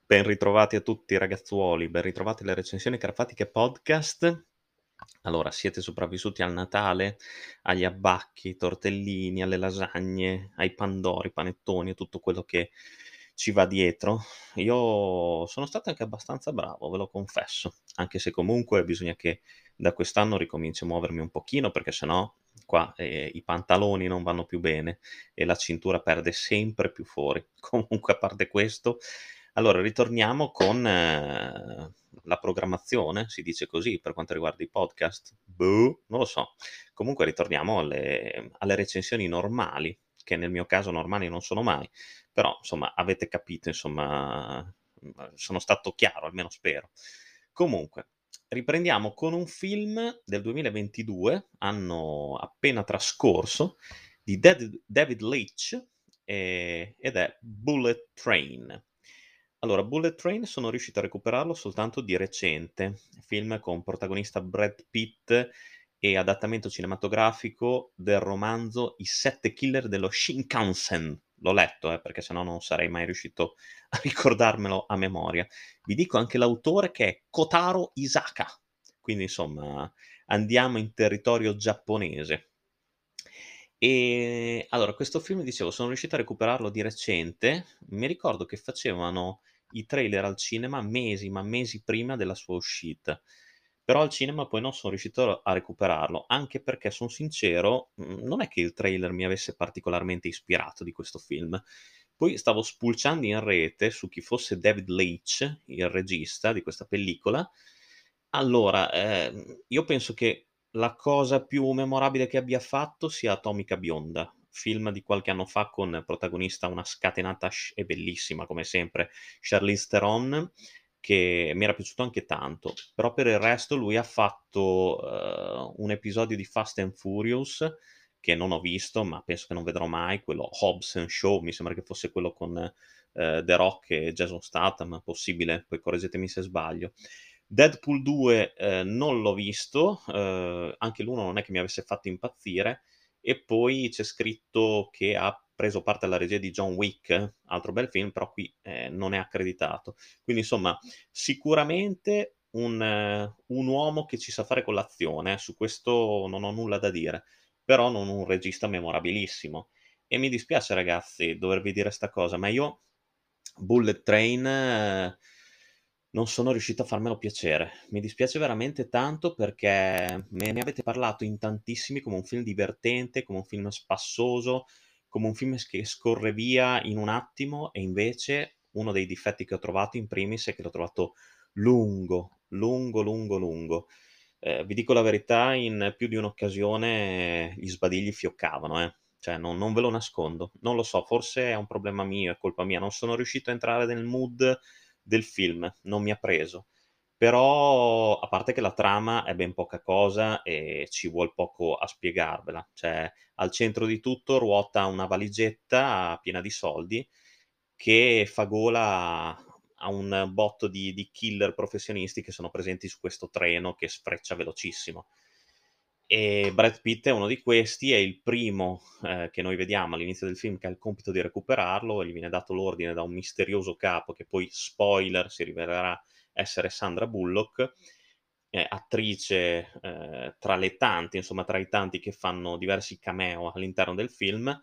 Ben ritrovati a tutti ragazzuoli, ben ritrovati alle recensioni Carfatiche Podcast. Allora, siete sopravvissuti al Natale, agli abbacchi, tortellini, alle lasagne, ai pandori, panettoni e tutto quello che ci va dietro? Io sono stato anche abbastanza bravo, ve lo confesso, anche se comunque bisogna che da quest'anno ricominci a muovermi un pochino, perché sennò qua, i pantaloni non vanno più bene e la cintura perde sempre più fuori. Comunque a parte questo, allora ritorniamo con la programmazione, si dice così, per quanto riguarda i podcast? Boh, non lo so. Comunque ritorniamo alle recensioni normali, che nel mio caso normali non sono mai, però insomma avete capito, insomma, sono stato chiaro, almeno spero. Comunque, riprendiamo con un film del 2022, anno appena trascorso, di David Leitch, ed è Bullet Train. Allora, Bullet Train sono riuscito a recuperarlo soltanto di recente, film con protagonista Brad Pitt e adattamento cinematografico del romanzo I 7 killer dello Shinkansen. L'ho letto, perché sennò non sarei mai riuscito a ricordarmelo a memoria. Vi dico anche l'autore, che è Kotaro Isaka, quindi insomma andiamo in territorio giapponese. Allora questo film, dicevo, sono riuscito a recuperarlo di recente. Mi ricordo che facevano i trailer al cinema mesi, ma mesi prima della sua uscita. Però al cinema poi non sono riuscito a recuperarlo, anche perché son sincero, non è che il trailer mi avesse particolarmente ispirato di questo film. Poi stavo spulciando in rete su chi fosse David Leitch, il regista di questa pellicola. Allora, io penso che la cosa più memorabile che abbia fatto sia Atomica Bionda, film di qualche anno fa con protagonista una scatenata e bellissima come sempre Charlize Theron, che mi era piaciuto anche tanto. Però per il resto lui ha fatto, un episodio di Fast and Furious che non ho visto, ma penso che non vedrò mai, quello Hobbs and Shaw, mi sembra che fosse quello con, The Rock e Jason Statham, possibile, poi correggetemi se sbaglio. Deadpool 2, non l'ho visto, anche l'uno non è che mi avesse fatto impazzire, e poi c'è scritto che ha preso parte alla regia di John Wick, altro bel film, però qui, non è accreditato. Quindi insomma, sicuramente un uomo che ci sa fare con l'azione, su questo non ho nulla da dire, però non un regista memorabilissimo. E mi dispiace ragazzi dovervi dire 'sta cosa, ma io Bullet Train non sono riuscito a farmelo piacere. Mi dispiace veramente tanto, perché me ne avete parlato in tantissimi come un film divertente, come un film spassoso, come un film che scorre via in un attimo, e invece uno dei difetti che ho trovato in primis è che l'ho trovato lungo, lungo, lungo, lungo. Vi dico la verità, in più di un'occasione gli sbadigli fioccavano, cioè non ve lo nascondo. Non lo so, forse è un problema mio, è colpa mia, non sono riuscito a entrare nel mood del film, non mi ha preso. Però, a parte che la trama è ben poca cosa e ci vuol poco a spiegarvela, cioè al centro di tutto ruota una valigetta piena di soldi che fa gola a un botto di killer professionisti che sono presenti su questo treno che sfreccia velocissimo. E Brad Pitt è uno di questi, è il primo, che noi vediamo all'inizio del film, che ha il compito di recuperarlo, e gli viene dato l'ordine da un misterioso capo che poi, spoiler, si rivelerà essere Sandra Bullock, attrice, tra le tante, insomma tra i tanti che fanno diversi cameo all'interno del film.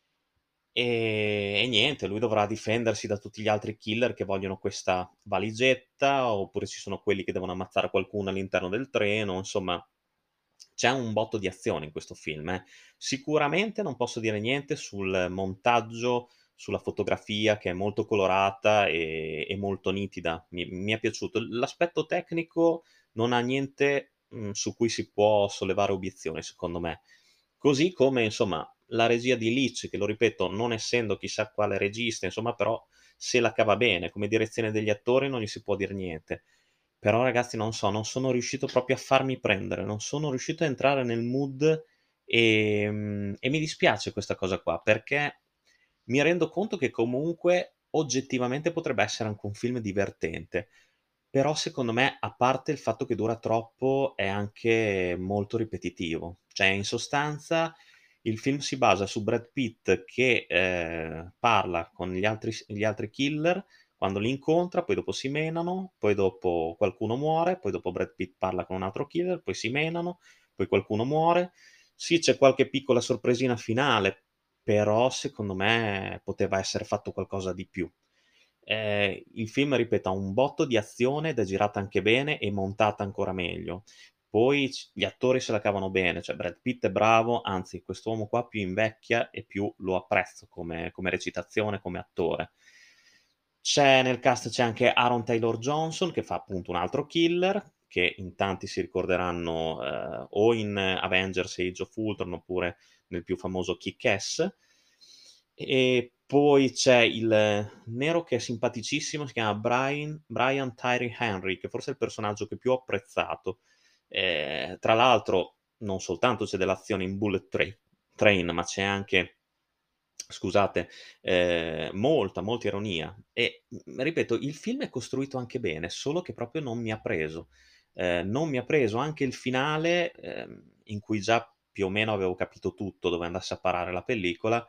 E niente, lui dovrà difendersi da tutti gli altri killer che vogliono questa valigetta, oppure ci sono quelli che devono ammazzare qualcuno all'interno del treno, insomma c'è un botto di azione in questo film, eh. Sicuramente non posso dire niente sul montaggio, sulla fotografia che è molto colorata e molto nitida. Mi è piaciuto. L'aspetto tecnico non ha niente, su cui si può sollevare obiezioni, secondo me. Così come, insomma, la regia di Leitch, che lo ripeto, non essendo chissà quale regista, insomma, però se la cava bene. Come direzione degli attori non gli si può dir niente. Però ragazzi non so, non sono riuscito proprio a farmi prendere, non sono riuscito a entrare nel mood, e mi dispiace questa cosa qua, perché mi rendo conto che comunque oggettivamente potrebbe essere anche un film divertente, però secondo me, a parte il fatto che dura troppo, è anche molto ripetitivo. Cioè, in sostanza, il film si basa su Brad Pitt che, parla con gli altri killer, Quando li incontra, poi dopo si menano, poi dopo qualcuno muore, poi dopo Brad Pitt parla con un altro killer, poi si menano, poi qualcuno muore. Sì, c'è qualche piccola sorpresina finale, però secondo me poteva essere fatto qualcosa di più. Il film, ripeto, ha un botto di azione ed è girata anche bene e montata ancora meglio. Poi gli attori se la cavano bene, cioè Brad Pitt è bravo, anzi quest'uomo qua più invecchia e più lo apprezzo come recitazione, come attore. Nel cast c'è anche Aaron Taylor Johnson che fa appunto un altro killer, che in tanti si ricorderanno, o in Avengers Age of Ultron oppure nel più famoso Kick-Ass. E poi c'è il nero che è simpaticissimo, si chiama Brian Tyree Henry, che forse è il personaggio che più ho apprezzato. Tra l'altro non soltanto c'è dell'azione in Train, ma c'è anche, scusate, molta ironia e, ripeto, il film è costruito anche bene, solo che proprio non mi ha preso. Non mi ha preso anche il finale, in cui già più o meno avevo capito tutto dove andasse a parare la pellicola,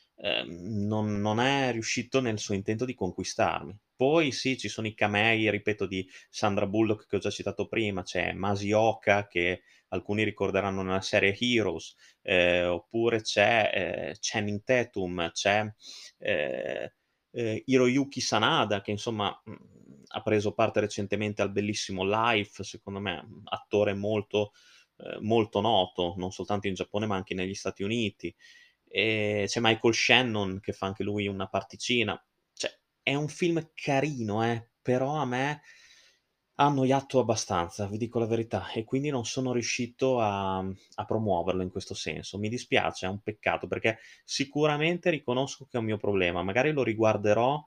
non è riuscito nel suo intento di conquistarmi. Poi sì, ci sono i camei, ripeto, di Sandra Bullock che ho già citato prima, c'è Masi Oka che alcuni ricorderanno nella serie Heroes, oppure c'è, Channing Tatum, c'è, ehm, Hiroyuki Sanada che insomma, ha preso parte recentemente al bellissimo Life, secondo me, attore molto noto, non soltanto in Giappone ma anche negli Stati Uniti. C'è Michael Shannon che fa anche lui una particina. Cioè, è un film carino, però a me ha annoiato abbastanza, vi dico la verità, e quindi non sono riuscito a promuoverlo in questo senso. Mi dispiace, è un peccato, perché sicuramente riconosco che è un mio problema. Magari lo riguarderò,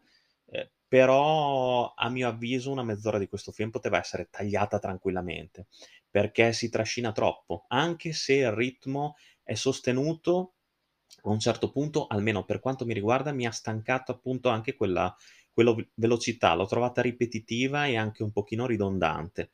però a mio avviso una mezz'ora di questo film poteva essere tagliata tranquillamente, perché si trascina troppo. Anche se il ritmo è sostenuto, a un certo punto, almeno per quanto mi riguarda, mi ha stancato appunto anche velocità, l'ho trovata ripetitiva e anche un pochino ridondante.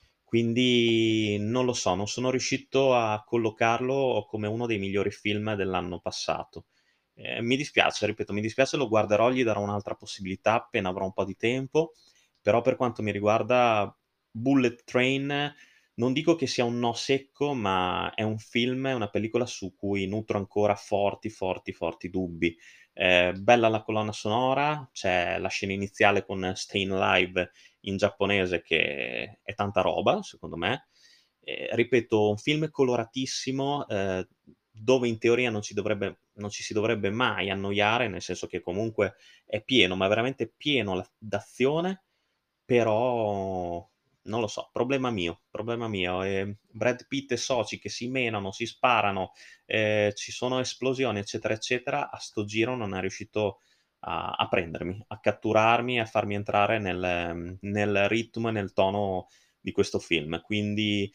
Quindi non lo so, non sono riuscito a collocarlo come uno dei migliori film dell'anno passato. Mi dispiace, ripeto, mi dispiace, lo guarderò, gli darò un'altra possibilità appena avrò un po' di tempo, però per quanto mi riguarda Bullet Train non dico che sia un no secco, ma è una pellicola su cui nutro ancora forti dubbi. Bella la colonna sonora, c'è la scena iniziale con Stayin' Alive in giapponese che è tanta roba, secondo me. Ripeto, un film coloratissimo, dove in teoria non ci si dovrebbe mai annoiare, nel senso che comunque è pieno, ma veramente pieno d'azione, però non lo so, problema mio. Brad Pitt e soci che si menano, si sparano, ci sono esplosioni, eccetera, eccetera, a sto giro non è riuscito a prendermi, a catturarmi, a farmi entrare nel ritmo e nel tono di questo film. Quindi,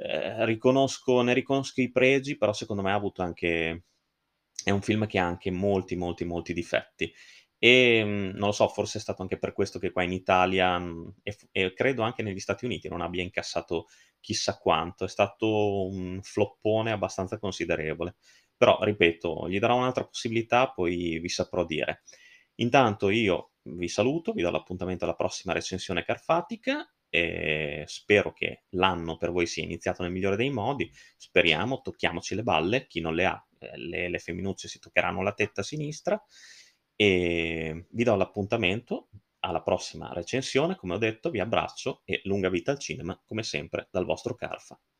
ne riconosco i pregi, però secondo me ha avuto anche è un film che ha anche molti difetti. Non lo so, forse è stato anche per questo che qua in Italia, e credo anche negli Stati Uniti non abbia incassato chissà quanto. È stato un floppone abbastanza considerevole. Però, ripeto, gli darò un'altra possibilità, poi vi saprò dire. Intanto io vi saluto, vi do l'appuntamento alla prossima recensione carfatica e spero che l'anno per voi sia iniziato nel migliore dei modi. Speriamo, tocchiamoci le balle, chi non le ha, le femminucce si toccheranno la tetta sinistra e vi do l'appuntamento alla prossima recensione. Come ho detto, vi abbraccio e lunga vita al cinema, come sempre, dal vostro Carfa.